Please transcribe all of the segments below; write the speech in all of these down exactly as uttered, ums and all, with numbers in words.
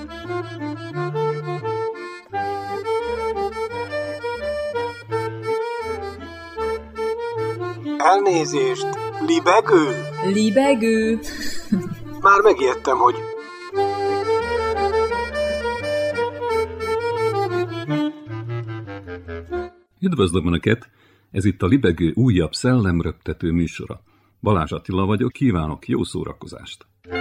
Elnézést, libegő? Libegő? Már megértem, hogy... Üdvözlöm Önöket! Ez itt a Libegő újabb szellemröptető műsora. Balázs Attila vagyok, kívánok jó szórakozást!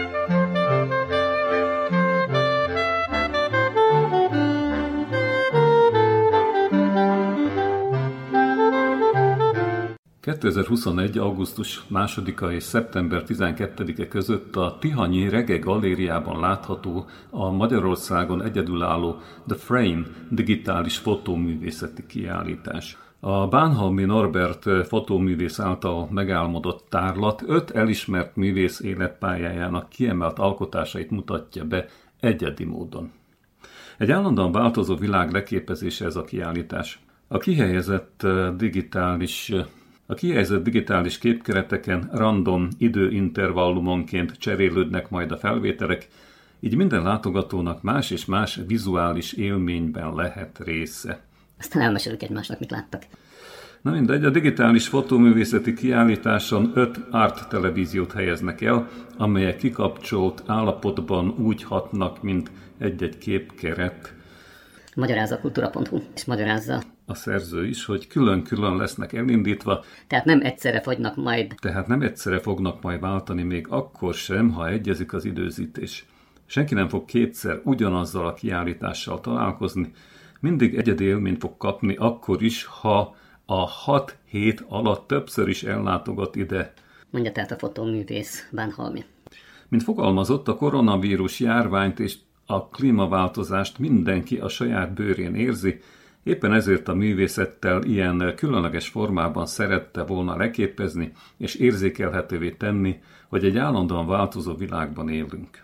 kétezer-huszonegy. augusztus másodika és szeptember tizenkettedike között a Tihanyi Reggae Galériában látható a Magyarországon egyedülálló The Frame digitális fotóművészeti kiállítás. A Bánhalmi Norbert fotóművész által megálmodott tárlat öt elismert művész életpályájának kiemelt alkotásait mutatja be egyedi módon. Egy állandóan változó világ leképezése ez a kiállítás. A kihelyezett digitális A kihelyezett digitális képkereteken random időintervallumonként cserélődnek majd a felvételek, így minden látogatónak más és más vizuális élményben lehet része. Aztán elmesélik egymásnak, mit láttak. Na mindegy, a digitális fotóművészeti kiállításon öt art televíziót helyeznek el, amelyek kikapcsolt állapotban úgy hatnak, mint egy-egy képkeret. Magyarázza kultúra pont hu, és magyarázza A szerző is, hogy külön-külön lesznek elindítva. Tehát nem egyszerre fogynak majd. Tehát nem egyszerre fognak majd váltani, még akkor sem, ha egyezik az időzítés. Senki nem fog kétszer ugyanazzal a kiállítással találkozni, mindig egyedi élményt fog kapni, akkor is, ha a hat hét alatt többször is ellátogat ide. Mondja tehát a fotóművész Bánhalmi. Mint fogalmazott, a koronavírus járványt és a klímaváltozást mindenki a saját bőrén érzi, éppen ezért a művészettel ilyen különleges formában szerette volna leképezni és érzékelhetővé tenni, hogy egy állandóan változó világban élünk.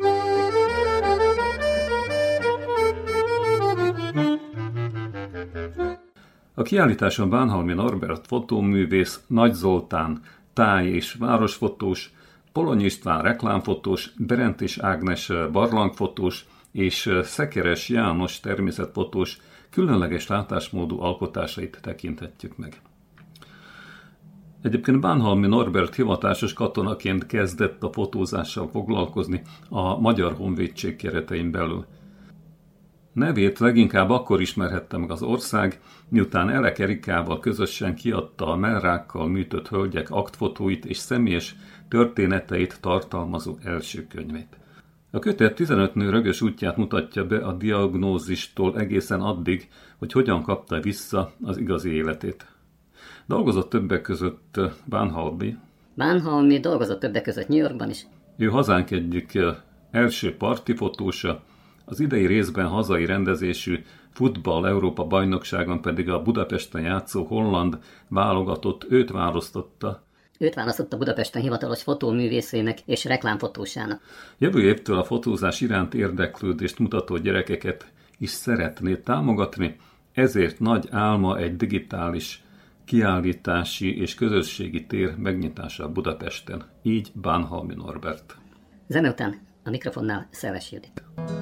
A kiállításon Bánhalmi Norbert fotóművész, Nagy Zoltán táj- és városfotós, Polony István reklámfotós, Berentés Ágnes barlangfotós és Szekeres János természetfotós különleges látásmódú alkotásait tekinthetjük meg. Egyébként Bánhalmi Norbert hivatásos katonaként kezdett a fotózással foglalkozni a Magyar Honvédség keretein belül. Nevét leginkább akkor ismerhette meg az ország, miután Elek Erikával közösen kiadta a mellrákkal műtött hölgyek aktfotóit és személyes történeteit tartalmazó első könyvét. A kötet tizenöt nő rögös útját mutatja be a diagnózistól egészen addig, hogy hogyan kapta vissza az igazi életét. Dolgozott többek között Bánhalmi. Bánhalmi dolgozott többek között New Yorkban is. Ő hazánk egyik első partifotósa, az idei részben hazai rendezésű futball Európa bajnokságon pedig a Budapesten játszó holland válogatott őt választotta. Őt választotta Budapesten hivatalos fotóművészének és reklámfotósának. Jövő évtől a fotózás iránt érdeklődést mutató gyerekeket is szeretné támogatni, ezért nagy álma egy digitális kiállítási és közösségi tér megnyitása Budapesten. Így Bánhalmi Norbert. Zene után a mikrofonnál Szeles Judit.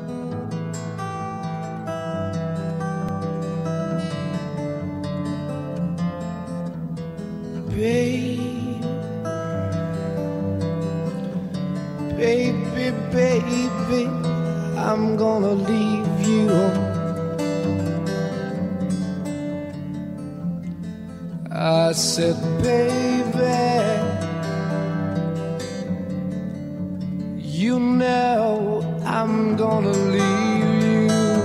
Baby, baby, I'm gonna leave you. I said, baby, you know I'm gonna leave you.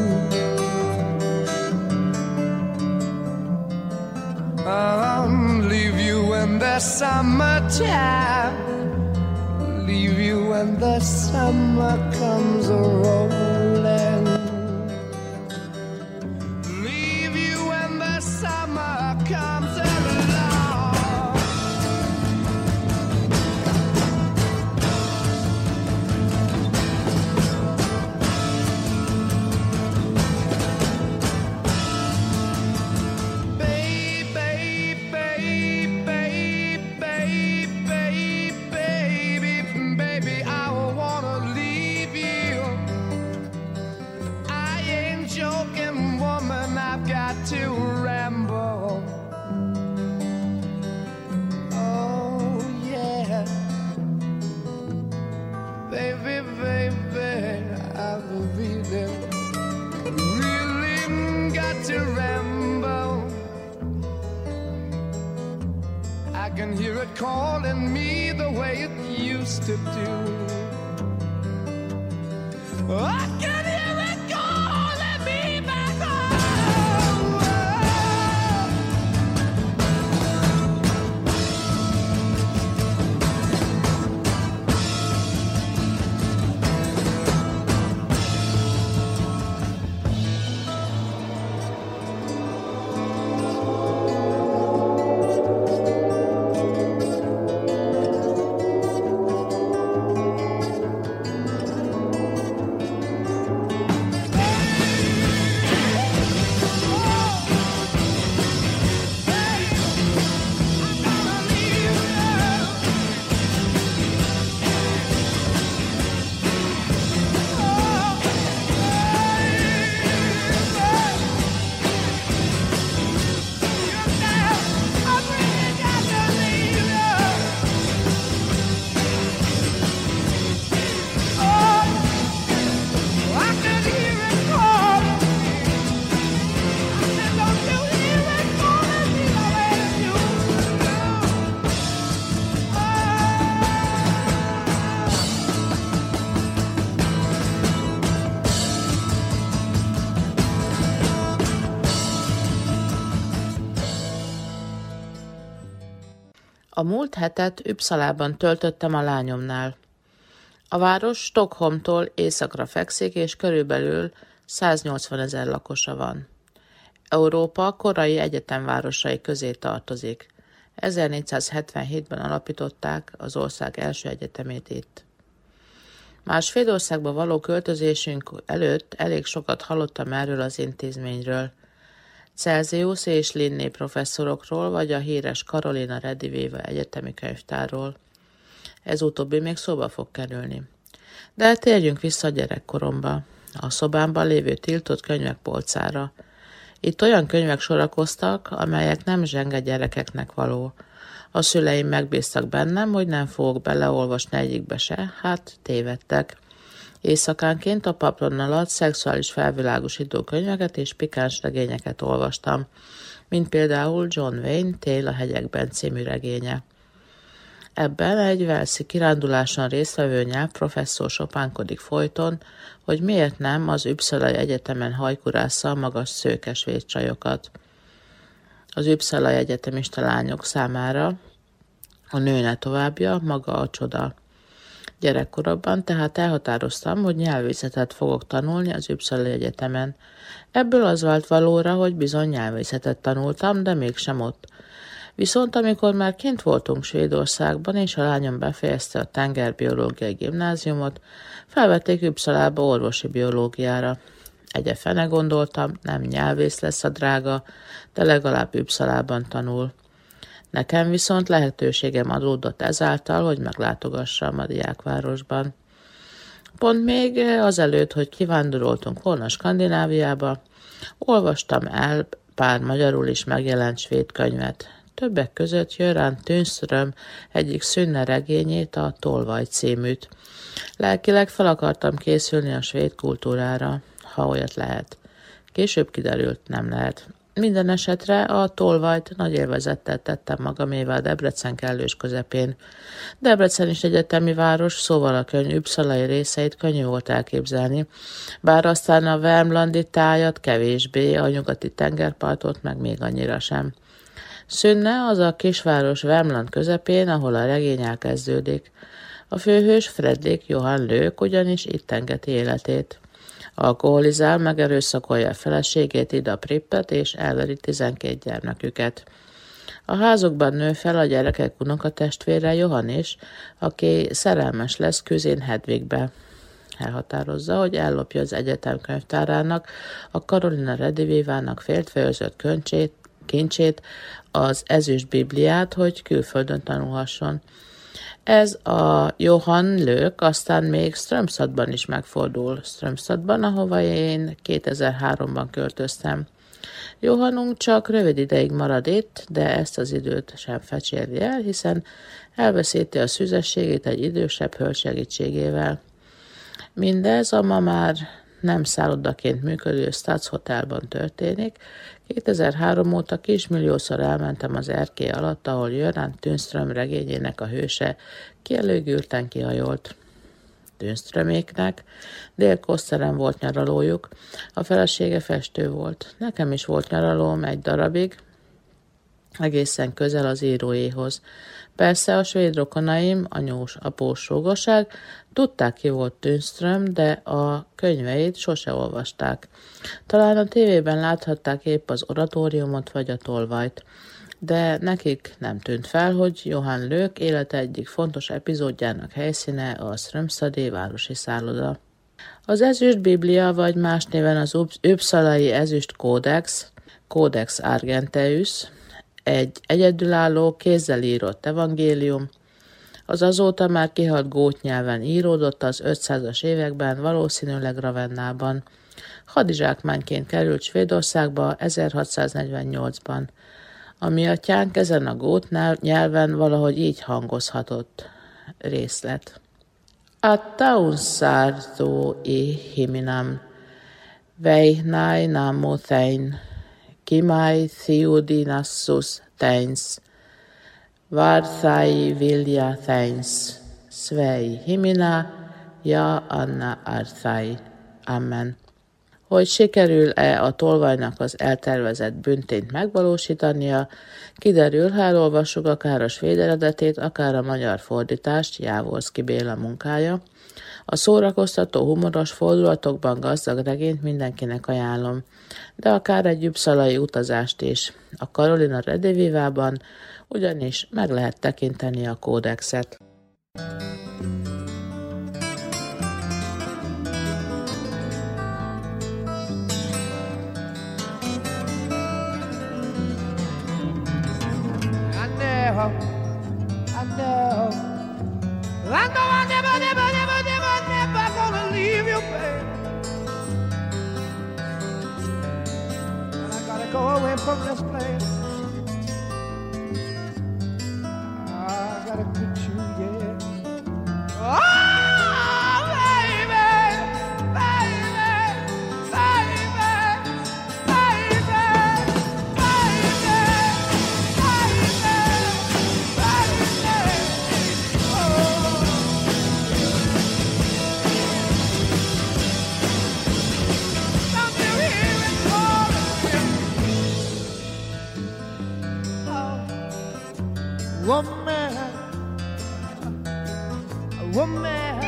I'll leave you in the summertime. Leave you when the summer comes a-rolling. Leave you when the summer comes along. Baby, baby, baby, baby, baby, I wanna leave you. calling me the way it used to do. I can hear it calling me back home. A múlt hetet Uppsalában töltöttem a lányomnál. A város Stockholmtól északra fekszik, és körülbelül száznyolcvanezer lakosa van. Európa korai egyetemvárosai közé tartozik. ezernégyszázhetvenhétben alapították az ország első egyetemét itt. Már Svédországba való költözésünk előtt elég sokat hallottam erről az intézményről. Celsius és Linné professzorokról, vagy a híres Carolina Rediviva egyetemi könyvtárról. Ez utóbbi még szóba fog kerülni. De térjünk vissza a gyerekkoromba, a szobámban lévő tiltott könyvek polcára. Itt olyan könyvek sorakoztak, amelyek nem zsenge gyerekeknek való. A szüleim megbíztak bennem, hogy nem fogok beleolvasni egyikbe se, hát tévedtek. Éjszakánként a paplan alatt szexuális felvilágosító könyveket és pikáns regényeket olvastam, mint például John Wayne Tél a hegyekben című regénye. Ebben egy walesi kiránduláson résztvevő nyelvprofesszor sopánkodik folyton, hogy miért nem az Uppsalai Egyetemen hajkurásza a magas szőke svéd csajokat. Az Uppsalai egyetemista lányok számára a nő ne továbbja, maga a csoda. Gyerekkoromban tehát elhatároztam, hogy nyelvészetet fogok tanulni az Uppsalai Egyetemen. Ebből az vált valóra, hogy bizony nyelvészetet tanultam, de mégsem ott. Viszont amikor már kint voltunk Svédországban, és a lányom befejezte a tengerbiológiai gimnáziumot, felvették Uppsalába orvosi biológiára. Egye fene gondoltam, nem nyelvész lesz a drága, de legalább Uppsalában tanul. Nekem viszont lehetőségem adódott ezáltal, hogy meglátogassam a diákvárosban. Pont még azelőtt, hogy kivándoroltunk volna Skandináviába, olvastam el pár magyarul is megjelent svéd könyvet. Többek között Göran Tunström egyik szünne regényét, a Tolvaj címűt. Lelkileg fel akartam készülni a svéd kultúrára, ha olyat lehet. Később kiderült, nem lehet. Minden esetre a Tolvajt nagy élvezettel tettem magamével Debrecen kellős közepén. Debrecen is egyetemi város, szóval a könyv uppsalai részeit könnyű volt elképzelni, bár aztán a Värmlandi tájat kevésbé, a nyugati tengerpartot meg még annyira sem. Szünne az a kisváros Värmland közepén, ahol a regény elkezdődik. A főhős Fredrik Johan Lők ugyanis itt engedi életét. Alkoholizál, megerőszakolja a feleségét, Ida Prippet, és elveri tizenkét gyermeküket. A házukban nő fel a gyerekek unokatestvére Johan is, aki szerelmes lesz Küzén Hedvigbe. Elhatározza, hogy ellopja az egyetem könyvtárának, a Carolina Redivivának féltfejezett kincsét, kincsét, az ezüst bibliát, hogy külföldön tanulhasson. Ez a Johan Lők aztán még Strömstadban is megfordul. Strömstadban, ahova én kétezer-háromban költöztem. Johannunk csak rövid ideig marad itt, de ezt az időt sem fecsérli el, hiszen elveszíti a szüzességét egy idősebb hölgy segítségével. Mindez a ma már nem szállodaként működő Stadshotelban történik, kétezer-három óta kismilliószor elmentem az erkély alatt, ahol Göran Tunström regényének a hőse kielőgülten kihajolt. Tunströméknek Dél-Koszteren volt nyaralójuk, a felesége festő volt. Nekem is volt nyaralóm egy darabig, egészen közel az íróéhoz. Persze a svéd rokonaim, anyós, após sógorság, tudták ki volt Tunström, de a könyveit sose olvasták. Talán a tévében láthatták épp az oratóriumot vagy a tolvajt, de nekik nem tűnt fel, hogy Johann Lők élete egyik fontos epizódjának helyszíne a Strömstadi városi szálloda. Az Ezüst Biblia, vagy más néven az Uppsalai Ezüst Kódex, Codex Argenteus, egy egyedülálló, kézzel írott evangélium, az azóta már kihalt gót nyelven íródott az ötszázas években, valószínűleg Ravennában. Hadizsákmányként került Svédországba ezerhatszáznegyvennyolcban. A mi atyánk ezen a gót nyelven valahogy így hangozhatott. Részlet. A taunsártó i himinam, vejnáj namo thein, kimai thiudinassus teins, Várthai vilja theins, svei himina, ja anna arthai. Amen. Hogy sikerül-e a tolvajnak az eltervezett büntényt megvalósítania, kiderül, ha elolvassuk akár a svéd eredetét, akár a magyar fordítást, Jávorszky Béla munkája. A szórakoztató, humoros fordulatokban gazdag regényt mindenkinek ajánlom, de akár egy uppsalai utazást is. A Karolina Redivivában ugyanis meg lehet tekinteni a kódexet. I know, I know I never, never, never, never, never gonna leave you, babe. I gotta go away from this place. I gotta quit you, yeah. Oh, baby, baby, baby, baby, woman, a woman,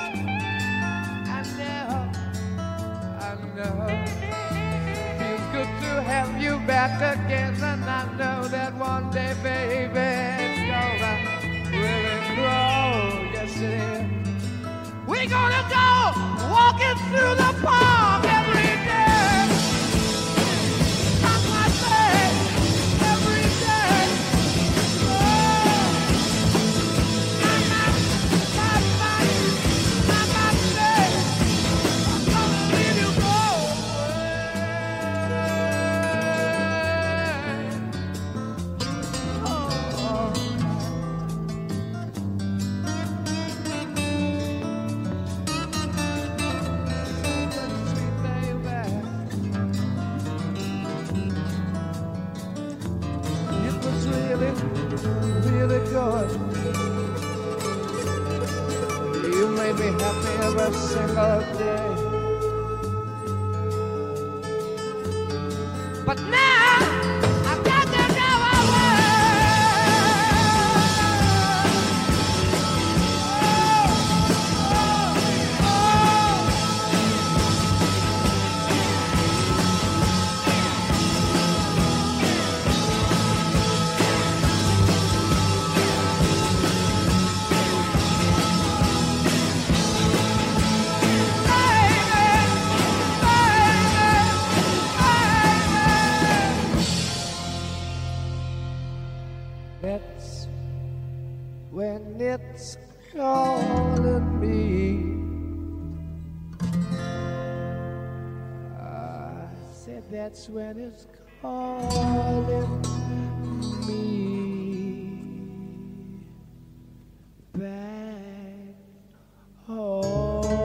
I know, I know. Feels good to have you back again, and I know that one day, baby, it's gonna really grow. Yes, it is. We're gonna go walking through the park every day. That's my thing, every day. You made me happy every single day. But now I've got to go away. Oh, oh, that's when it's calling me. I said that's when it's calling me back home.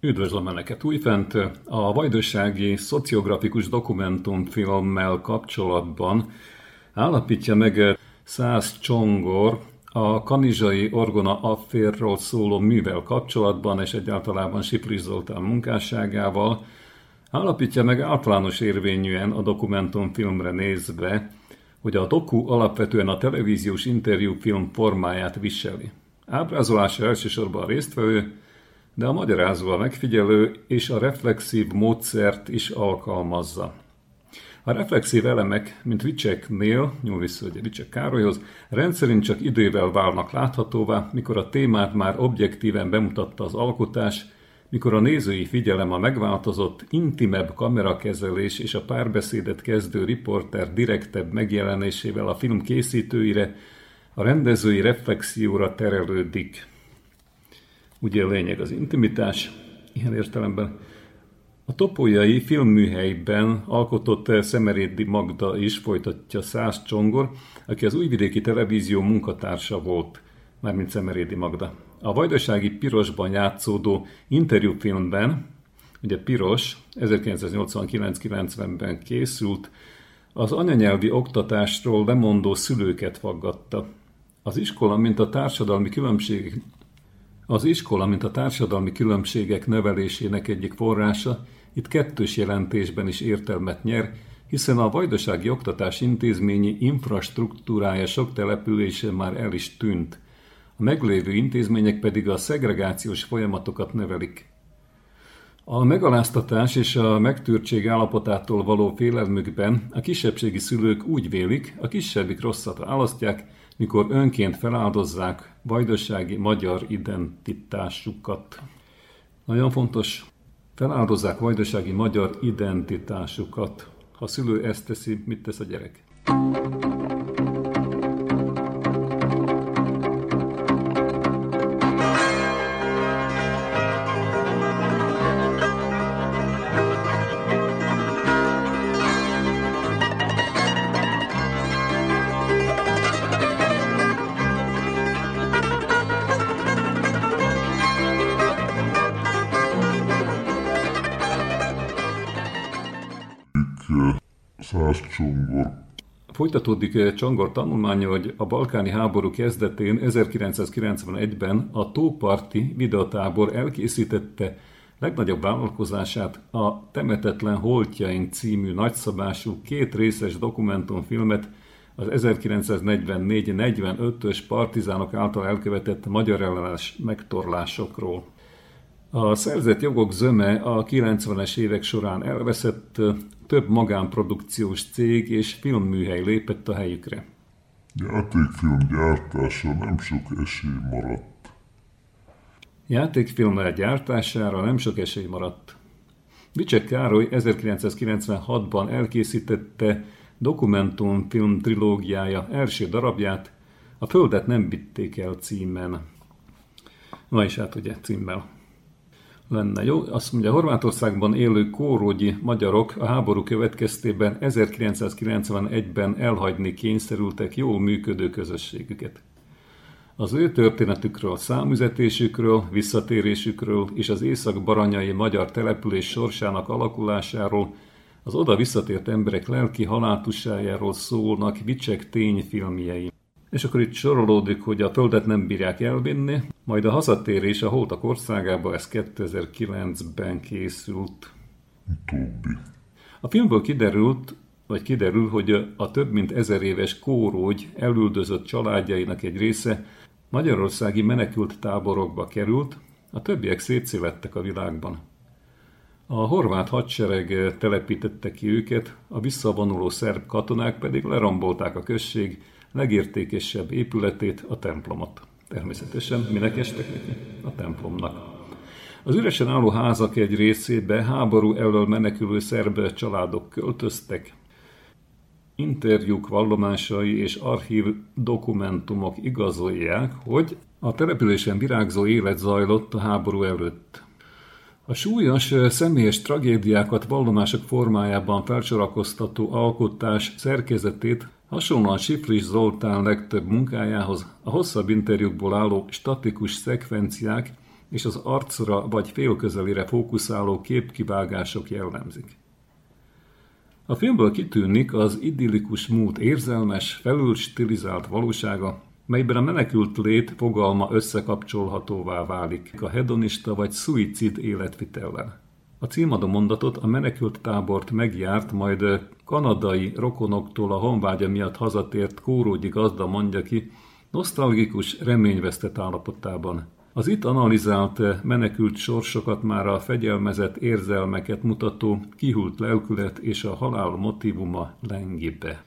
Üdvözlöm Önöket újfent! A vajdasági szociografikus dokumentumfilmmel kapcsolatban állapítja meg Szász Csongor a kanizsai orgona afférról szóló művel kapcsolatban, és egyáltalában Siplis Zoltán munkásságával, állapítja meg általános érvényűen a dokumentumfilmre nézve, hogy a doku alapvetően a televíziós interjúfilm formáját viseli. Ábrázolása elsősorban a résztvevő, de a magyarázó, a megfigyelő és a reflexív módszert is alkalmazza. A reflexív elemek, mint Vicseknél, nyúl vissza ugye Vicsek Károlyhoz, rendszerint csak idővel válnak láthatóvá, mikor a témát már objektíven bemutatta az alkotás, mikor a nézői figyelem a megváltozott, intimebb kamerakezelés és a párbeszédet kezdő riporter direktebb megjelenésével a film készítőire, a rendezői reflexióra terelődik. Ugye a lényeg az intimitás, ilyen értelemben. A Topolyai filmműhelyben alkotott Szemerédi Magda is, folytatja Szász Csongor, aki az Újvidéki Televízió munkatársa volt, mármint Szemerédi Magda. A vajdasági Pirosban játszódó interjúfilmben, ugye Piros ezerkilencszáznyolcvankilenc-kilencvenben készült, az anyanyelvi oktatásról lemondó szülőket faggatta. Az iskola, mint a társadalmi különbségek, az iskola, mint a társadalmi különbségek növelésének egyik forrása, itt kettős jelentésben is értelmet nyer, hiszen a vajdasági oktatás intézményi infrastruktúrája sok településen már el is tűnt. A meglévő intézmények pedig a szegregációs folyamatokat nevelik. A megaláztatás és a megtűrtség állapotától való félelmükben a kisebbségi szülők úgy vélik, a kisebbik rosszat választják, mikor önként feláldozzák vajdasági magyar identitásukat. Nagyon fontos, feláldozzák vajdasági magyar identitásukat. Ha a szülő ezt teszi, mit tesz a gyerek? Szász Csongor. Folytatódik Csongor tanulmánya, hogy a balkáni háború kezdetén ezerkilencszázkilencvenegyben a Tóparti videotábor elkészítette legnagyobb vállalkozását, a Temetetlen holtjaink című nagyszabású két részes dokumentumfilmet az ezerkilencszáznegyvennégy-negyvenötös partizánok által elkövetett magyarellenes megtorlásokról. A szerzett jogok zöme a kilencvenes évek során elveszett, több magánprodukciós cég és filmműhely lépett a helyükre. Játékfilm gyártása nem sok esély maradt. Játékfilm gyártására nem sok esély maradt. Vicsek Károly ezerkilencszázkilencvenhatban elkészítette dokumentumfilm trilógiája első darabját, A földet nem vitték el címen. Na és hát ugye címmel lenne jó. Azt mondja, Horvátországban élő kórógyi magyarok a háború következtében ezerkilencszázkilencvenegyben elhagyni kényszerültek jól működő közösségüket. Az ő történetükről, számüzetésükről, visszatérésükről és az észak-baranyai magyar település sorsának alakulásáról, az oda visszatért emberek lelki haláltussájáról szólnak Vicsek tényfilmjei. És akkor itt sorolódik, hogy a földet nem bírják elvinni, majd a hazatérés a holtak országába, ez kétezer-kilencben készült. Utóbbi. A filmből kiderült, vagy kiderül, hogy a több mint ezer éves kórógy elüldözött családjainak egy része magyarországi menekült táborokba került, a többiek szétszélettek a világban. A horvát hadsereg telepítette ki őket, a visszavonuló szerb katonák pedig lerombolták a község legértékesebb épületét, a templomot. Természetesen minek estek neki? A templomnak. Az üresen álló házak egy részébe háború elől menekülő szerb családok költöztek. Interjúk, vallomásai és archív dokumentumok igazolják, hogy a településen virágzó élet zajlott a háború előtt. A súlyos személyes tragédiákat vallomások formájában felsorakoztató alkotás szerkezetét hasonlóan Siplis Zoltán legtöbb munkájához a hosszabb interjúkból álló statikus szekvenciák és az arcra vagy félközelire fókuszáló képkivágások jellemzik. A filmből kitűnik az idillikus múlt érzelmes, felül stilizált valósága, melyben a menekült lét fogalma összekapcsolhatóvá válik a hedonista vagy szuicid életvitellel. A címadó mondatot a menekült tábort megjárt, majd kanadai rokonoktól a honvágya miatt hazatért kórógyi gazda mondja ki, nosztalgikus, reményvesztett állapotában. Az itt analizált menekült sorsokat már a fegyelmezett érzelmeket mutató kihult lelkület és a halál motívuma lengi be.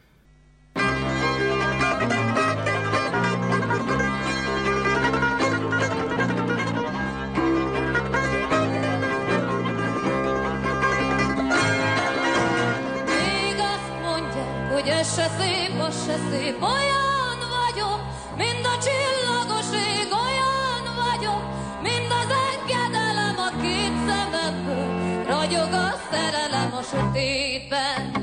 Ez se szép, az se szép, olyan vagyok, mind a csillagos ég, olyan vagyok, mind az engedelem a két szememből, ragyog a szerelem a sötétben.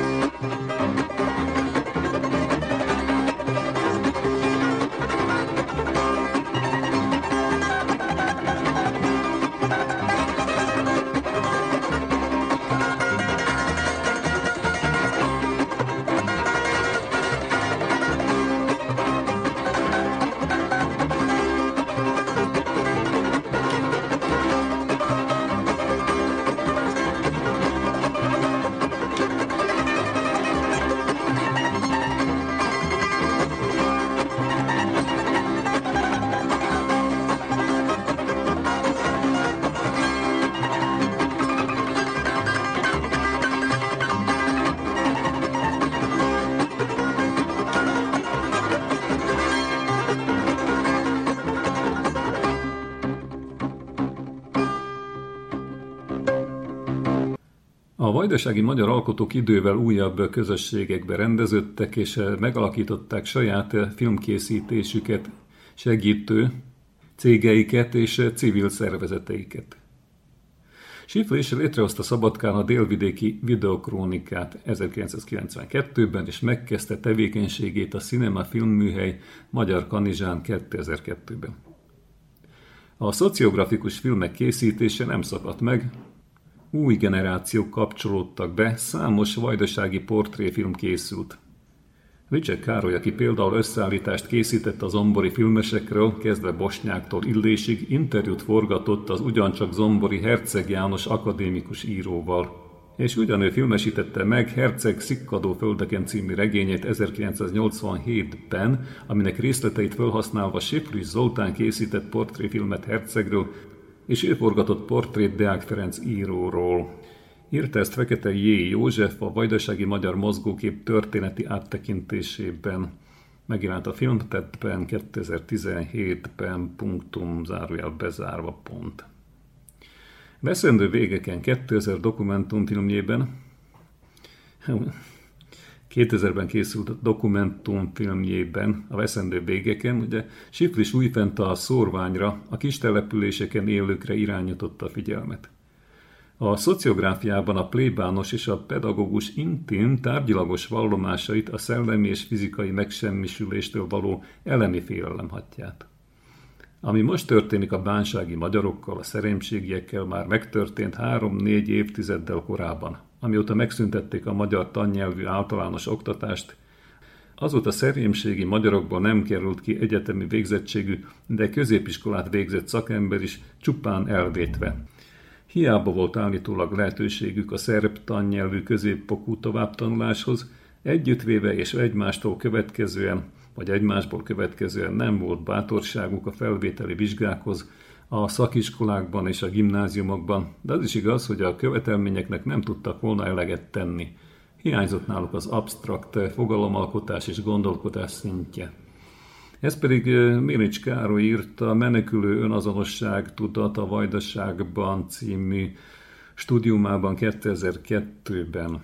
A vajdasági magyar alkotók idővel újabb közösségekbe rendeződtek, és megalakították saját filmkészítésüket segítő cégeiket és civil szervezeteiket. Siflis létrehozta Szabadkán a Délvidéki Videokrónikát ezerkilencszázkilencvenkettőben, és megkezdte tevékenységét a Cinema Filmműhely Magyar Kanizsán kétezer-kettőben. A szociografikus filmek készítése nem szakadt meg, új generációk kapcsolódtak be, számos vajdasági portréfilm készült. Vicsek Károly, aki például összeállítást készített a zombori filmesekről, kezdve Bosnyáktól Illésig, interjút forgatott az ugyancsak zombori Herceg János akadémikus íróval. És ugyanő filmesítette meg Herceg Szikkadó földeken című regényét ezerkilencszáznyolcvanhétben, aminek részleteit felhasználva Siflis Zoltán készített portréfilmet Hercegről, és ő forgatott portrét Deák Ferenc íróról. Írta ezt Fekete J. József a Vajdasági Magyar Mozgókép történeti áttekintésében. Megjelent a Filmtettben kétezer-tizenhétben, punktum, zárójel bezárva, pont. Veszendő végeken kétezer dokumentumfilmjében, kétezerben készült a dokumentumfilmjében, a Veszendő végeken, ugye Siflis újfent a szórványra, a kis településeken élőkre irányította a figyelmet. A szociográfiában a plébános és a pedagógus intim, tárgyilagos vallomásait a szellemi és fizikai megsemmisüléstől való elemi félelem hatját. Ami most történik a bánsági magyarokkal, a szerémségiekkel, már megtörtént három-négy évtizeddel korábban, amióta megszüntették a magyar tannyelvű általános oktatást. Azóta szerémségi magyarokból nem került ki egyetemi végzettségű, de középiskolát végzett szakember is, csupán elvétve. Hiába volt állítólag lehetőségük a szerb tannyelvű középfokú továbbtanuláshoz, együttvéve és egymástól következően, vagy egymásból következően nem volt bátorságuk a felvételi vizsgákhoz a szakiskolákban és a gimnáziumokban, de az is igaz, hogy a követelményeknek nem tudtak volna eleget tenni. Hiányzott náluk az absztrakt fogalomalkotás és gondolkodás szintje. Ez pedig Milics Károly írta a Menekülő önazonosság tudat a Vajdaságban című stúdiumában kétezer-kettőben.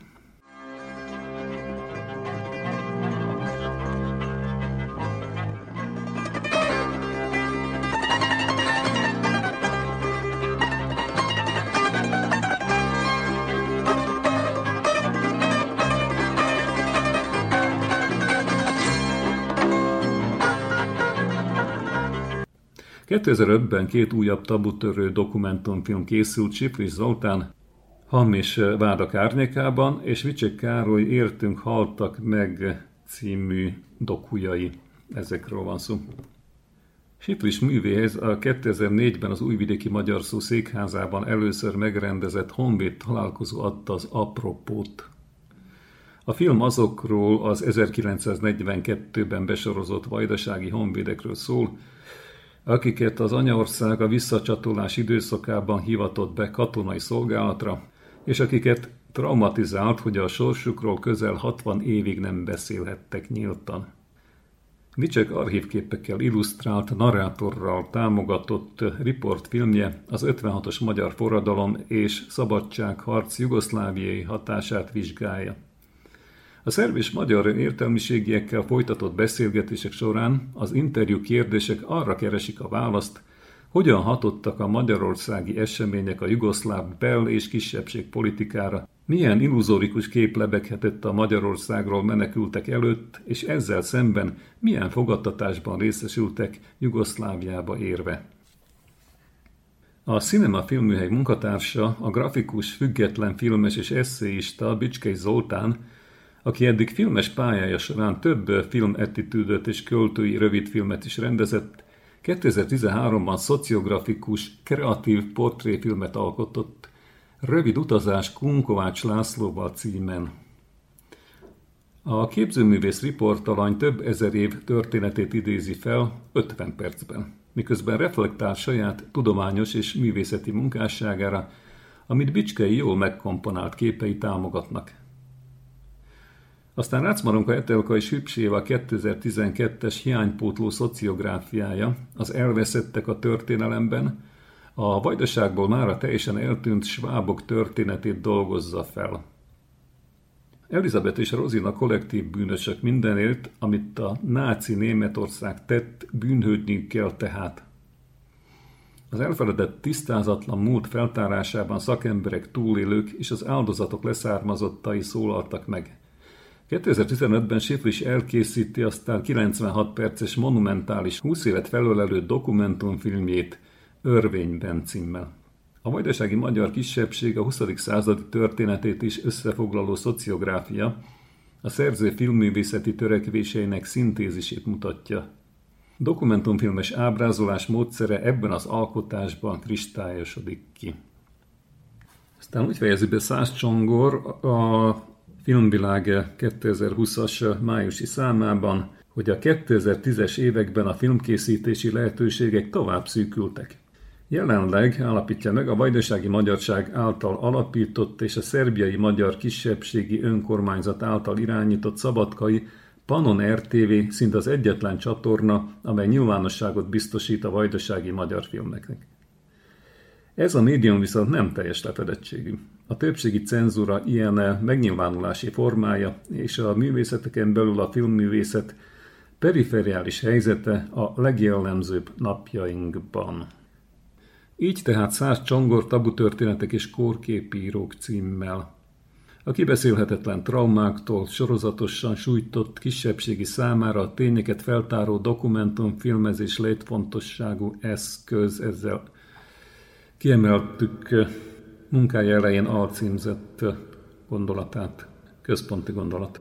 kétezer-ötben két újabb tabutörő dokumentumfilm készült Siflis Zoltán Hamis vádak árnyékában és Vicsek Károly Értünk haltak meg című dokujai. Ezekről van szó. Siflis művéhez a kétezer-négyben az Újvidéki Magyar Szó székházában először megrendezett honvéd találkozó adta az apropót. A film azokról az ezerkilencszáznegyvenkettőben besorozott vajdasági honvédekről szól, akiket az anyaország a visszacsatolás időszakában hivatott be katonai szolgálatra, és akiket traumatizált, hogy a sorsukról közel hatvan évig nem beszélhettek nyíltan. Vicsek archívképekkel illusztrált, narrátorral támogatott riportfilmje az ötvenhatos magyar forradalom és szabadságharc jugoszláviai hatását vizsgálja. A szerb és magyar értelmiségiekkel folytatott beszélgetések során az interjú kérdések arra keresik a választ, hogyan hatottak a magyarországi események a jugoszláv bel- és kisebbség politikára, milyen illuzórikus kép lebeghetett a Magyarországról menekültek előtt, és ezzel szemben milyen fogadtatásban részesültek Jugoszláviába érve. A Cinema Filmműhely munkatársa, a grafikus, független filmes és esszéista Bicskei Zoltán, aki eddig filmes pályája során több filmettitűdöt és költői rövidfilmet is rendezett, kétezer-tizenháromban szociografikus, kreatív portréfilmet alkotott, Rövid utazás Kunkovács Lászlóval címen. A képzőművész riportalany több ezer év történetét idézi fel ötven percben, miközben reflektál saját tudományos és művészeti munkásságára, amit Bicskei jól megkomponált képei támogatnak. Aztán Rácmaronka Etelka és Hübs Éva kétezer-tizenkettes hiánypótló szociográfiája, az elveszettek a történelemben, a vajdaságból mára teljesen eltűnt svábok történetét dolgozza fel. Elizabeth és Rozina kollektív bűnösök mindenért, amit a náci Németország tett, bűnhődniük kell tehát. Az elfeledett tisztázatlan múlt feltárásában szakemberek, túlélők és az áldozatok leszármazottai szólaltak meg. kétezer-tizenötben Siflis elkészíti aztán kilencvenhat perces monumentális, húsz évet felölelő dokumentumfilmjét Örvényben címmel. A vajdasági magyar kisebbség a huszadik századi történetét is összefoglaló szociográfia, a szerző filmművészeti törekvéseinek szintézisét mutatja. Dokumentumfilmes ábrázolás módszere ebben az alkotásban kristályosodik ki. Aztán úgy fejezi be Szász Csongor a Filmvilág kétezer-húszas májusi számában, hogy a kétezer-tízes években a filmkészítési lehetőségek tovább szűkültek. Jelenleg állapítja meg a vajdasági magyarság által alapított és a szerbiai magyar kisebbségi önkormányzat által irányított szabadkai Panon er té vé szinte az egyetlen csatorna, amely nyilvánosságot biztosít a vajdasági magyar filmeknek. Ez a médium viszont nem teljes lefedettségű. A többségi cenzúra ilyen megnyilvánulási formája és a művészeteken belül a filmművészet perifériális helyzete a legjellemzőbb napjainkban. Így tehát Szász Csongor Tabutörténetek és kórképírók címmel. A kibeszélhetetlen traumáktól sorozatosan sújtott kisebbségi számára a tényeket feltáró dokumentumfilmezés létfontosságú eszköz, ezzel kiemeltük munkája elején alcímzett gondolatát, központi gondolat.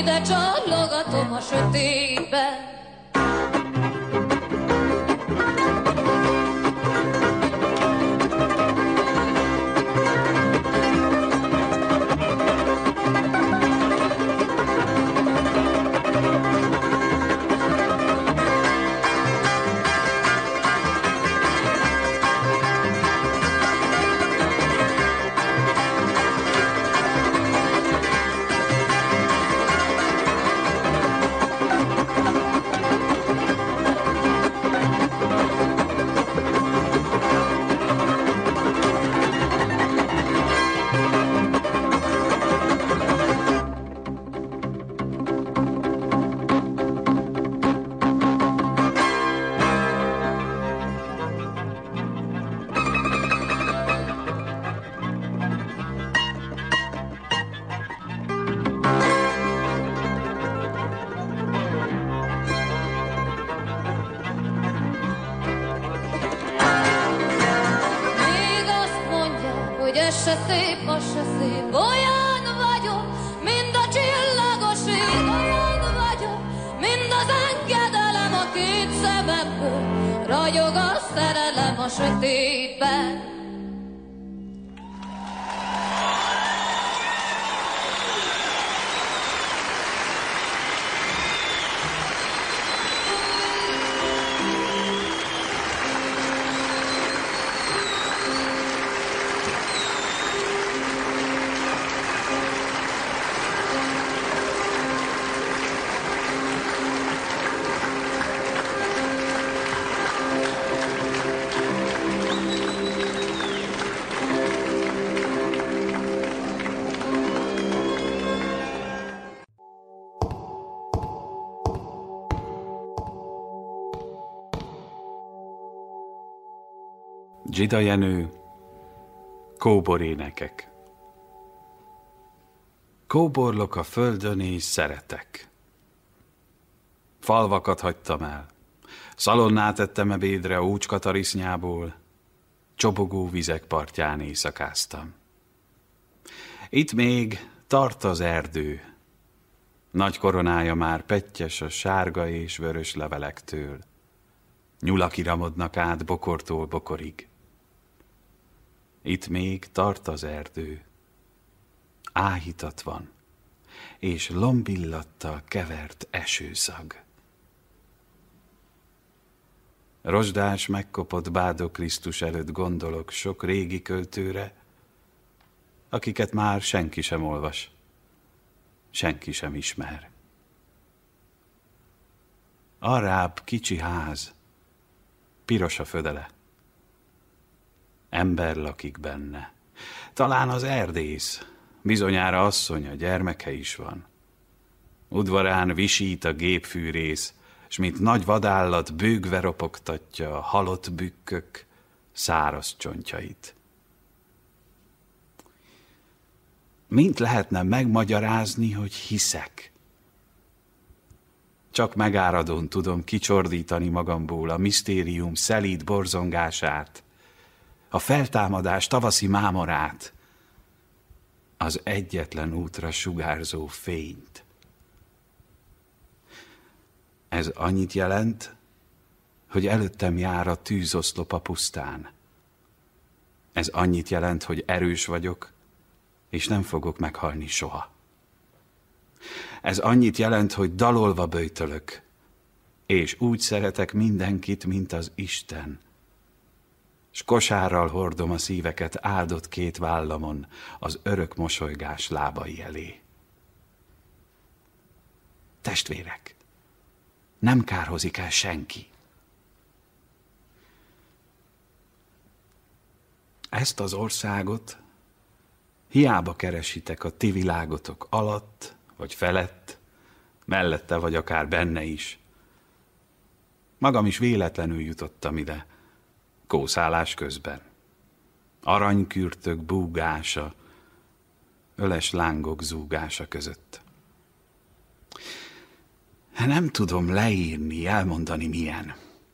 ide csallogatom a sötétbe. Ez se szép, az se szép, olyan vagyok, mind a csillagos ég, olyan vagyok, mind az engedelem a két szememből, ragyog a szerelem a sötétben. Dzsida Jenő, kóborénekek. Kóborlok a földön és szeretek. Falvakat hagytam el, szalonnát ettem ebédre ócskatarisznyából, csobogó vizek partján éjszakáztam. Itt még tart az erdő, nagy koronája már pettyes a sárga és vörös levelektől. Nyulak iramodnak át bokortól bokorig. Itt még tart az erdő, áhítat van, és lombillattal kevert esőszag. Rozsdás, megkopott bádok Krisztus előtt gondolok sok régi költőre, akiket már senki sem olvas, senki sem ismer. Arrább kicsi ház, piros a födele. Ember lakik benne. Talán az erdész, bizonyára asszony, a gyermeke is van. Udvarán visít a gépfűrész, s mint nagy vadállat bőgve ropogtatja a halott bükkök száraz csontjait. Mint lehetne megmagyarázni, hogy hiszek? Csak megáradón tudom kicsordítani magamból a misztérium szelíd borzongását, a feltámadás tavaszi mámorát, az egyetlen útra sugárzó fényt. Ez annyit jelent, hogy előttem jár a tűzoszlop a pusztán. Ez annyit jelent, hogy erős vagyok, és nem fogok meghalni soha. Ez annyit jelent, hogy dalolva böjtölök, és úgy szeretek mindenkit, mint az Isten, s kosárral hordom a szíveket áldott két vállamon az örök mosolygás lábai elé. Testvérek, nem kárhozik el senki. Ezt az országot hiába keresitek a ti világotok alatt, vagy felett, mellette vagy akár benne is. Magam is véletlenül jutottam ide, kószálás közben. Aranykürtök búgása, öles lángok zúgása között. Nem tudom leírni, elmondani milyen.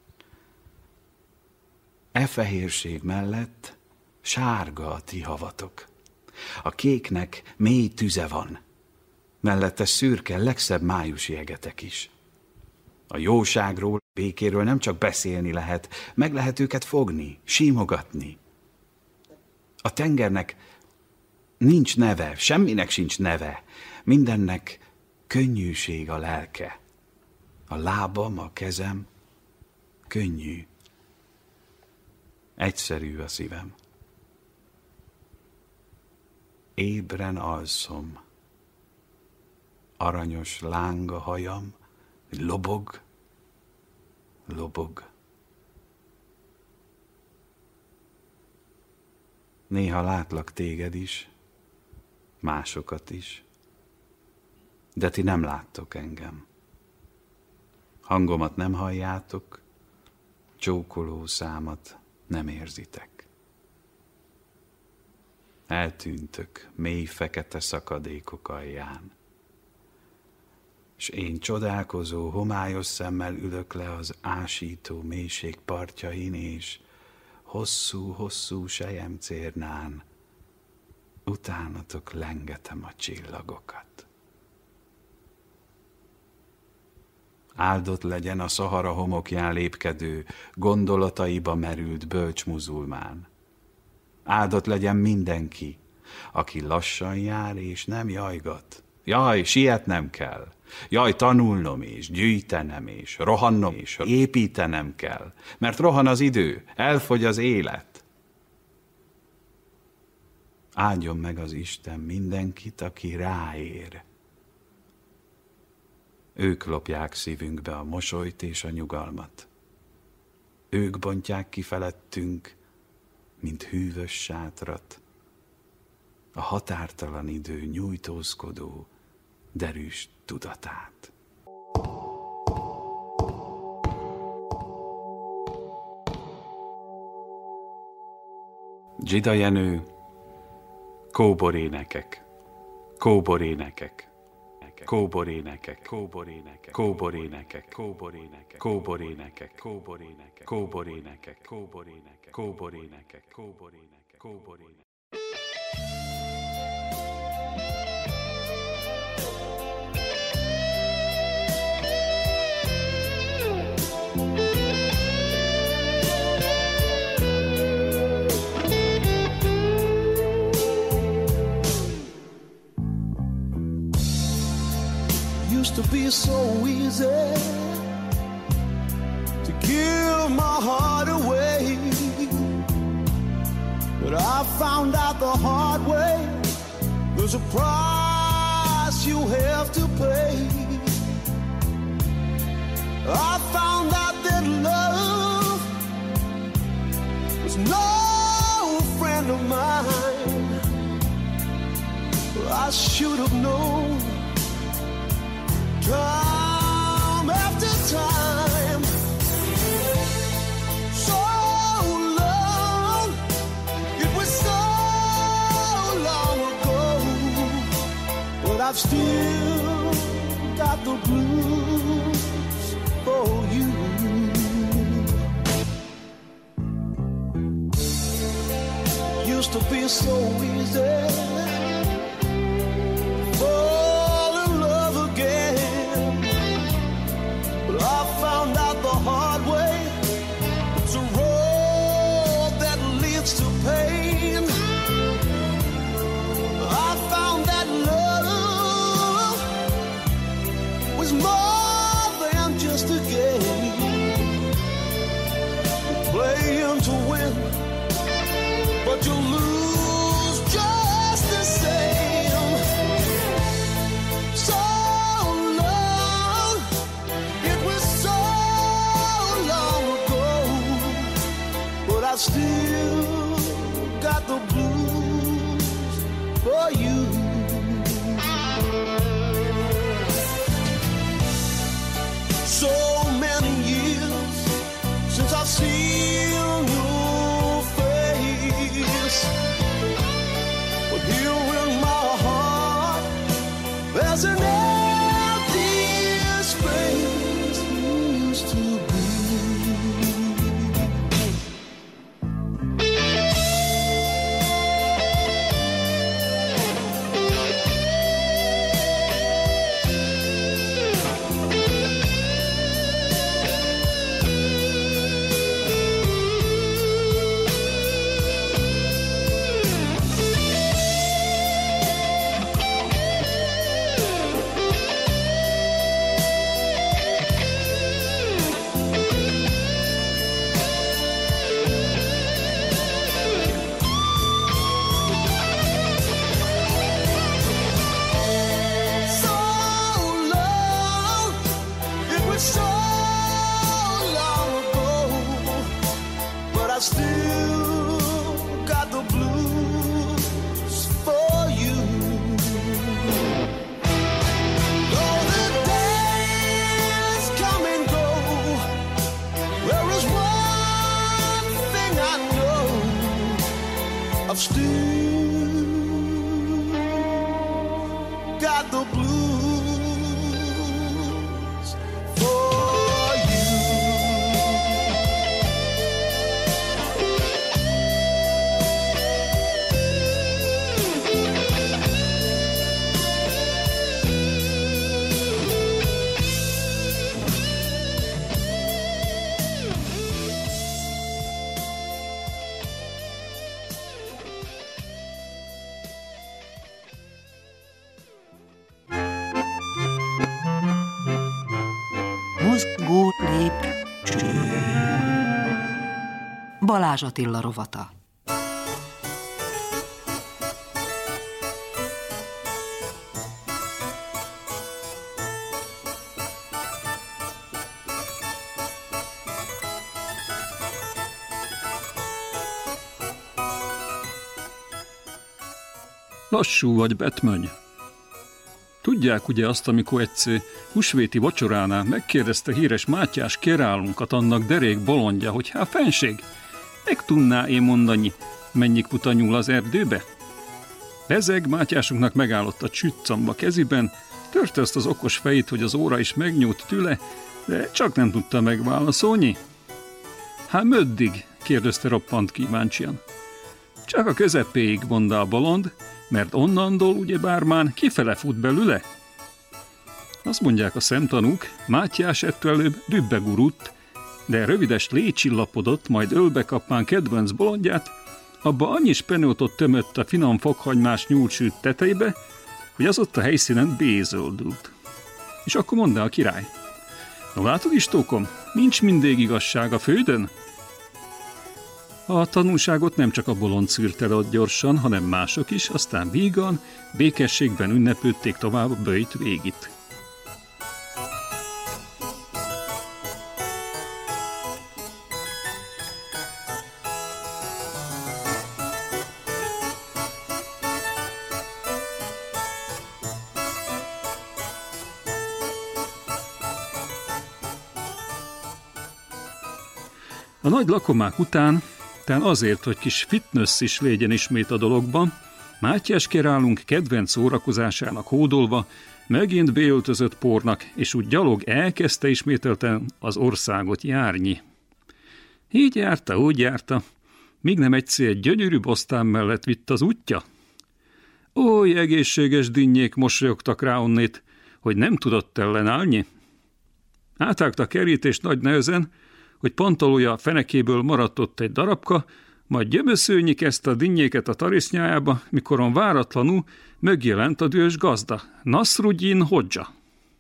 E fehérség mellett sárga a ti havatok. A kéknek mély tüze van, mellette szürke, legszebb májusi egetek is. A jóságról, békéről nem csak beszélni lehet, meg lehet őket fogni, símogatni. A tengernek nincs neve, semminek sincs neve, mindennek könnyűség a lelke. A lábam, a kezem könnyű, egyszerű a szívem. Ébren alszom, aranyos láng a hajam, lobog, lobog. Néha látlak téged is, másokat is, de ti nem láttok engem. Hangomat nem halljátok, csókoló számat nem érzitek. Eltűntök mély fekete szakadékok alján, s én csodálkozó, homályos szemmel ülök le az ásító mélység partjain, és hosszú-hosszú selyemcérnán utánatok lengetem a csillagokat. Áldott legyen a Szahara homokján lépkedő, gondolataiba merült bölcs muzulmán. Áldott legyen mindenki, aki lassan jár és nem jajgat. Jaj, sietnem kell. Jaj, tanulnom és gyűjtenem és rohannom és építenem kell, mert rohan az idő, elfogy az élet. Áldjon meg az Isten mindenkit, aki ráér. Ők lopják szívünkbe a mosolyt és a nyugalmat. Ők bontják ki felettünk, mint hűvös sátrat, a határtalan idő nyújtózkodó, derűs tudatát. Dzsida Jenő, kóborénekek, kóborénekek, kóborénekek, kóborénekek, kóborénekek, kóborénekek, kóborénekek, kóborénekek, kóborénekek, kóborénekek, kóborénekek, kóborénekek, kóborénekek. Used to be so easy to give my heart away, but I found out the hard way there's a price you have to pay. I found out that love was no friend of mine. I should have known time after time. So long, it was so long ago, but I've still got the blues for you. Used to be so easy fall in love again, but I found out the hard way it's a road that leads to pain. I found that love was more than just a game, playing to win, but you lose just the same. So long, it was so long ago, but I still got the blues for you. So many years since I've seen your face, but here in my heart there's an empty space used to be. the blues for you. Mozgó lépcső. Balázs Attila rovata. Lassú vagy, Batman. Tudják ugye azt, amikor egyszer húsvéti vacsoránál megkérdezte híres Mátyás kerálunkat annak derék bolondja, hogy hát fenség, meg tudná én mondani, mennyik puta nyúl az erdőbe? Bezeg Mátyásunknak megállott a csüccamba keziben, törte azt az okos fejét, hogy az óra is megnyújt tőle, de csak nem tudta megválaszolni. Hát möddig? Kérdezte roppant kíváncsian. Csak a közepéig, mondta a bolond, mert onnantól ugyebár már kifele fut belőle. Azt mondják a szemtanúk, Mátyás ettől előbb dübbe gurudt, de rövides lécsillapodott, majd ölbe kapván kedvenc bolondját, abba annyi spenótot tömött a finom fokhagymás nyúlsült tetejébe, hogy az ott a helyszínen bézöldült. És akkor mondta a király: no látod, Istókom, nincs mindig igazság a földön? A tanulságot nem csak a bolond szűrte le ott gyorsan, hanem mások is, aztán vígan, békességben ünnepülték tovább a böjt végit. A nagy lakomák után, talán azért, hogy kis fitness is legyen ismét a dologban, Mátyás kerálunk kedvenc szórakozásának hódolva megint beöltözött pornak, és úgy gyalog elkezdte ismételten az országot járni. Így járta, úgy járta, míg nem egyszer egy gyönyörű bosztán mellett vitt az útja. Oly egészséges dinnyék mosolyogtak rá onnét, hogy nem tudott ellenállni. Átágta a kerítést nagy nehezen, hogy pantolója fenekéből maradt ott egy darabka, majd gyömöszőnyi kezdte a dinnyéket a tarisznyájába, mikoron váratlanul megjelent a dühös gazda, Nasruddin Hodzsa.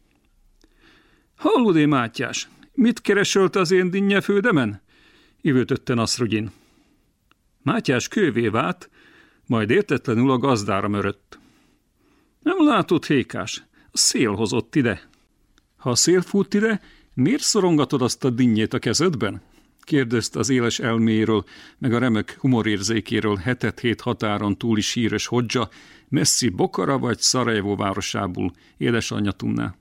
Hallod-e, Mátyás, mit keresölte az én dinnyefődemen? Ivőtötte Nasruddin. Mátyás kővé vált, majd értetlenül a gazdára mörött. Nem látod, Hékás, a szél hozott ide. Ha a szél fut ide, miért szorongatod azt a dinnyét a kezedben? Kérdezte az éles elméről, meg a remek humorérzékéről hetet-hét határon túl is híres Hodzsa, messzi Bokara vagy Szarajevó városából, édesanyja tudná.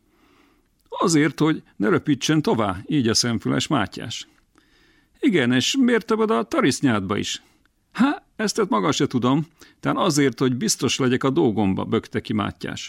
Azért, hogy ne röpítsen tovább, így a szemfüles Mátyás. Igen, és miért te a tarisznyádba is? Há, ezt maga se tudom, tehát azért, hogy biztos legyek a dolgomba, bökte ki Mátyás.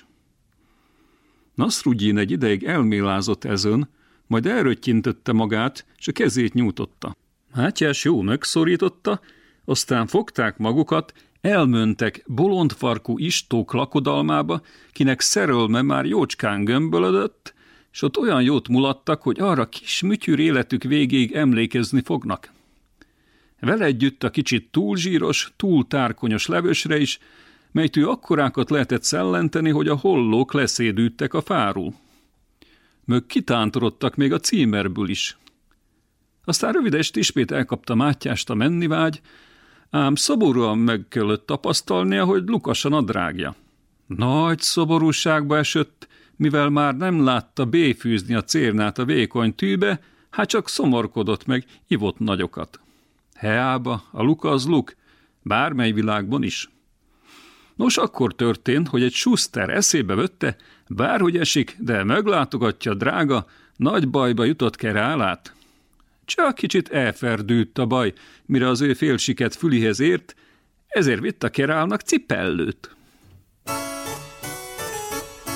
Nasruddin egy ideig elmélázott ezön, majd elröttyintette magát, s a kezét nyújtotta. Mátyás jó megszorította, aztán fogták magukat, elmentek bolondfarkú Istók lakodalmába, kinek szerölme már jócskán gömbölödött, s ott olyan jót mulattak, hogy arra kis mütyűr életük végéig emlékezni fognak. Vele együtt a kicsit túl zsíros, túl tárkonyos levösre is, melytől akkorákat lehetett szellenteni, hogy a hollók leszédültek a fáról. Mög kitántorodtak még a címerből is. Aztán rövidest ismét elkapta Mátyást a mennivágy, ám szoborúan meg kellett tapasztalnia, hogy lukasan a drágja. Nagy szoborúságba esett, mivel már nem látta béfűzni a cérnát a vékony tűbe, hát csak szomorkodott meg, ivott nagyokat. Heába, a luk az luk, bármely világban is. Nos, akkor történt, hogy egy suszter eszébe vette, bárhogy esik, de meglátogatja drága, nagy bajba jutott kerálát. Csak kicsit elferdült a baj, mire az ő félsiket fülihez ért, ezért vitt a kerálnak cipellőt.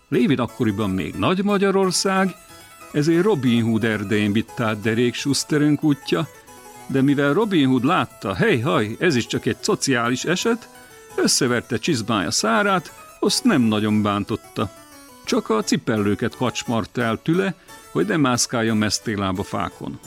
Lévén akkoriban még Nagy Magyarország, ezért Robin Hood erdején vitt át Derek Schusterünk útja, de mivel Robin Hood látta, hej, haj, ez is csak egy szociális eset, összeverte csizmája szárát, azt nem nagyon bántotta. Csak a cipellőket kacsmarta el tüle, hogy ne mászkáljon mesztélába fákon.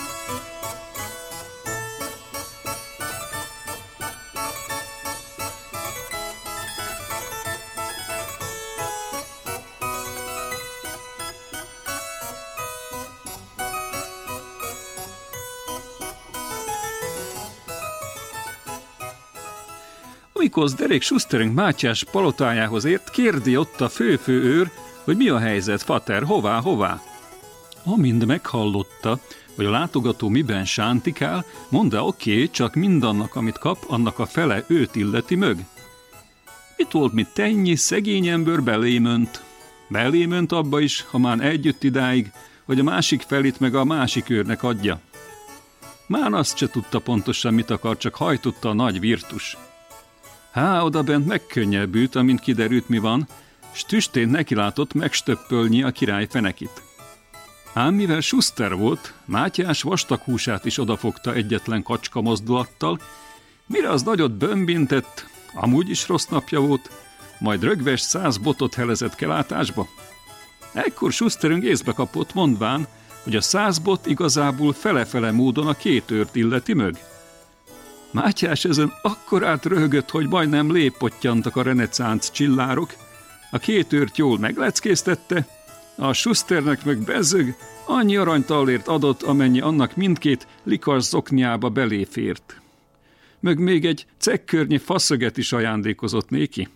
Amikor Derek Schusterünk Mátyás palotájához ért, kérdi ott a fő-főőr, hogy mi a helyzet, fater, hová, hová? Amint meghallotta, hogy a látogató miben sántikál, mondta, oké, csak mindannak, amit kap, annak a fele őt illeti mög. Mit volt, mit tennyi, szegény ember belémönt. Belémönt abba is, ha már együtt idáig, hogy a másik felét meg a másik őrnek adja. Már azt se tudta pontosan, mit akar, csak hajtotta a nagy virtus. Há, odabent megkönnyebbült, amint kiderült, mi van, s tüstént nekilátott megstöppölni a király fenekit. Ám mivel Schuster volt, Mátyás vastag húsát is odafogta egyetlen kacska mozdulattal, mire az nagyot bömbintett, amúgy is rossz napja volt, majd rögves száz botot helezett kilátásba. Ekkor Schusterünk észbe kapott, mondván, hogy a száz bot igazából fele-fele módon a két őrt illeti mög. Mátyás ezen akkorát röhögött, hogy majdnem léppottyantak a reneszánsz csillárok, a két őrt jól megleckéztette, a Schusternek meg bezzög, annyi aranytallért adott, amennyi annak mindkét likars zokniába beléfért. Mög még egy cekkörnyi faszöget is ajándékozott néki.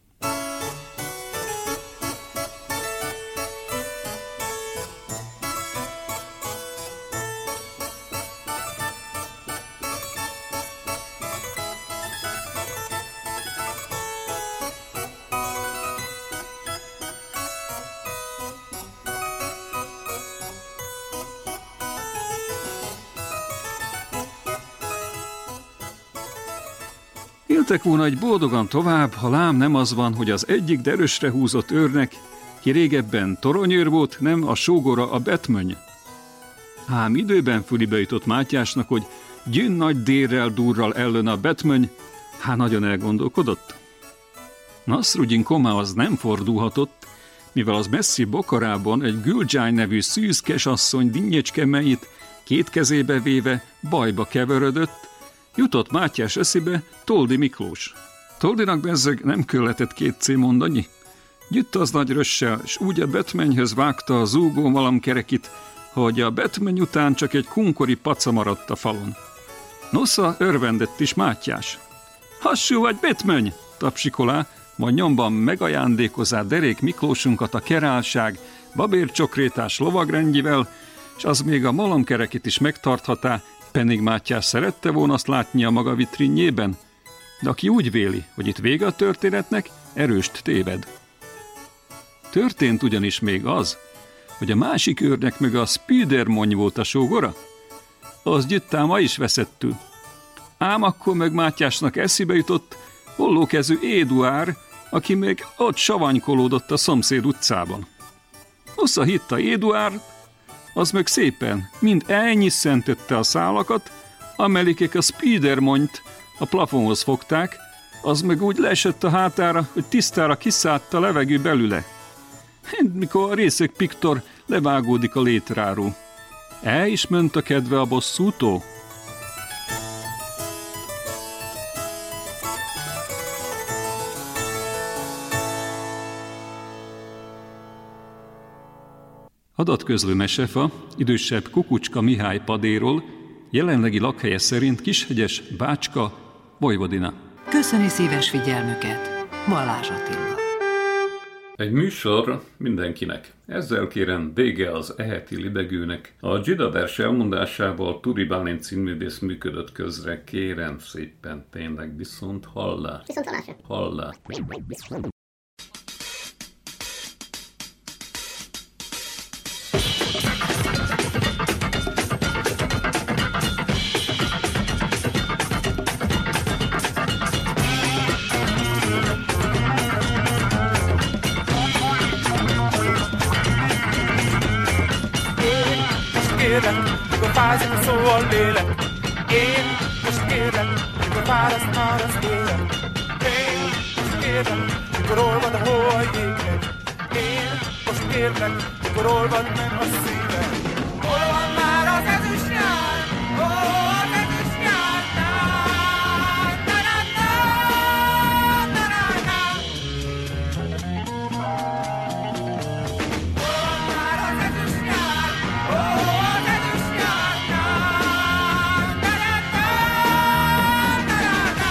Éltek volna egy boldogan tovább, ha lám nem az van, hogy az egyik derösre húzott őrnek, ki régebben toronyőr volt, nem a sógora a Betmöny. Ám időben fülibe jutott Mátyásnak, hogy gyűn nagy dérrel durral ellen a Betmöny, há nagyon elgondolkodott. Nasrudin komához nem fordulhatott, mivel az messzi Bokarában egy Güldzsány nevű szűzkes asszony dinnyecskemeit két kezébe véve bajba keveredett, jutott Mátyás eszébe Toldi Miklós. Toldinak bezzeg nem kölletett kétszé mondani. Gyütt az nagy rössel, s úgy a Betmenyhöz vágta a zúgó malomkerekit, hogy a Betmeny után csak egy kunkori paca maradt a falon. Nosza örvendett is Mátyás. Hassú vagy, Betmeny! Tapsikolá, majd nyomban megajándékozá Derék Miklósunkat a kerálság, babércsokrétás lovagrendjivel, s az még a malomkerekit is megtarthatá, pedig Mátyás szerette volna azt látni a maga vitrinjében, de aki úgy véli, hogy itt vége a történetnek, erőst téved. Történt ugyanis még az, hogy a másik őrnek meg a Spidermony volt a sógora, az gyüttán ma is veszettül. Ám akkor meg Mátyásnak eszébe jutott hollókezű Éduár, aki még ott savanykolódott a szomszéd utcában. Nosza hitta Éduár, az meg szépen mind elnyisszentette a szálakat, amelikek a Spidermonyt a plafonhoz fogták, az meg úgy leesett a hátára, hogy tisztára kiszállt a levegő belüle. Mikor a részeg Piktor levágódik a létráról. El is ment a kedve a bosszútól? Adatközlő mesefa idősebb Kukucska Mihály padéról, jelenlegi lakhelye szerint Kishegyes, Bácska, Vojvodina. Köszöni szíves figyelmüket, Balázs Attila. Egy műsor mindenkinek. Ezzel kérem vége az eheti libegőnek. A Dzsida vers elmondásával Turi Bálint színművész működött közre. Kérem szépen, tényleg viszont hallás. Viszont hallásra. Hallás. kérlek, mikor fázik a szó a lélek. Én most kérlek, mikor fáraszt már az élet. Én most kérlek, mikor olvad a hó a jégnek. Én most kérlek, mikor olvad meg a szívem. Hol van már az ezüst nyár? Ó, az ezüst nyár! Na, na, na, na, na, na, na. Hol van már az ezüst nyár? Ó, az ezüst nyár! Na, na, na, na, na, na, na.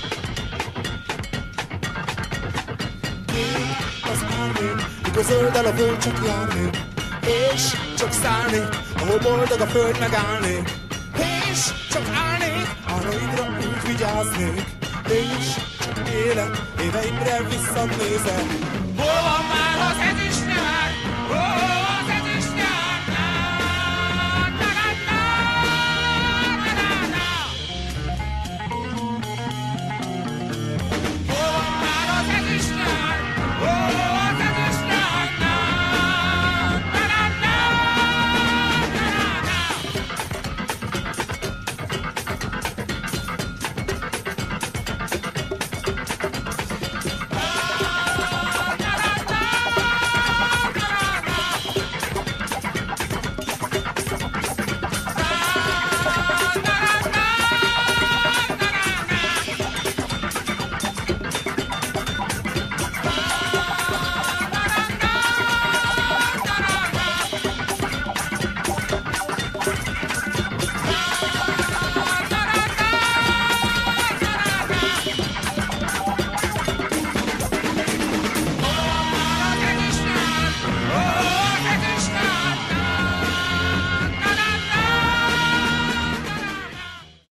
Én az állnék, mikor zöld el a föld, csak járnék. És csak szállnék, ahol boldog a föld, megállnék. És csak állnék, arraidra úgy vigyáznék. És csak élek, éveimre visszanézek. Hol van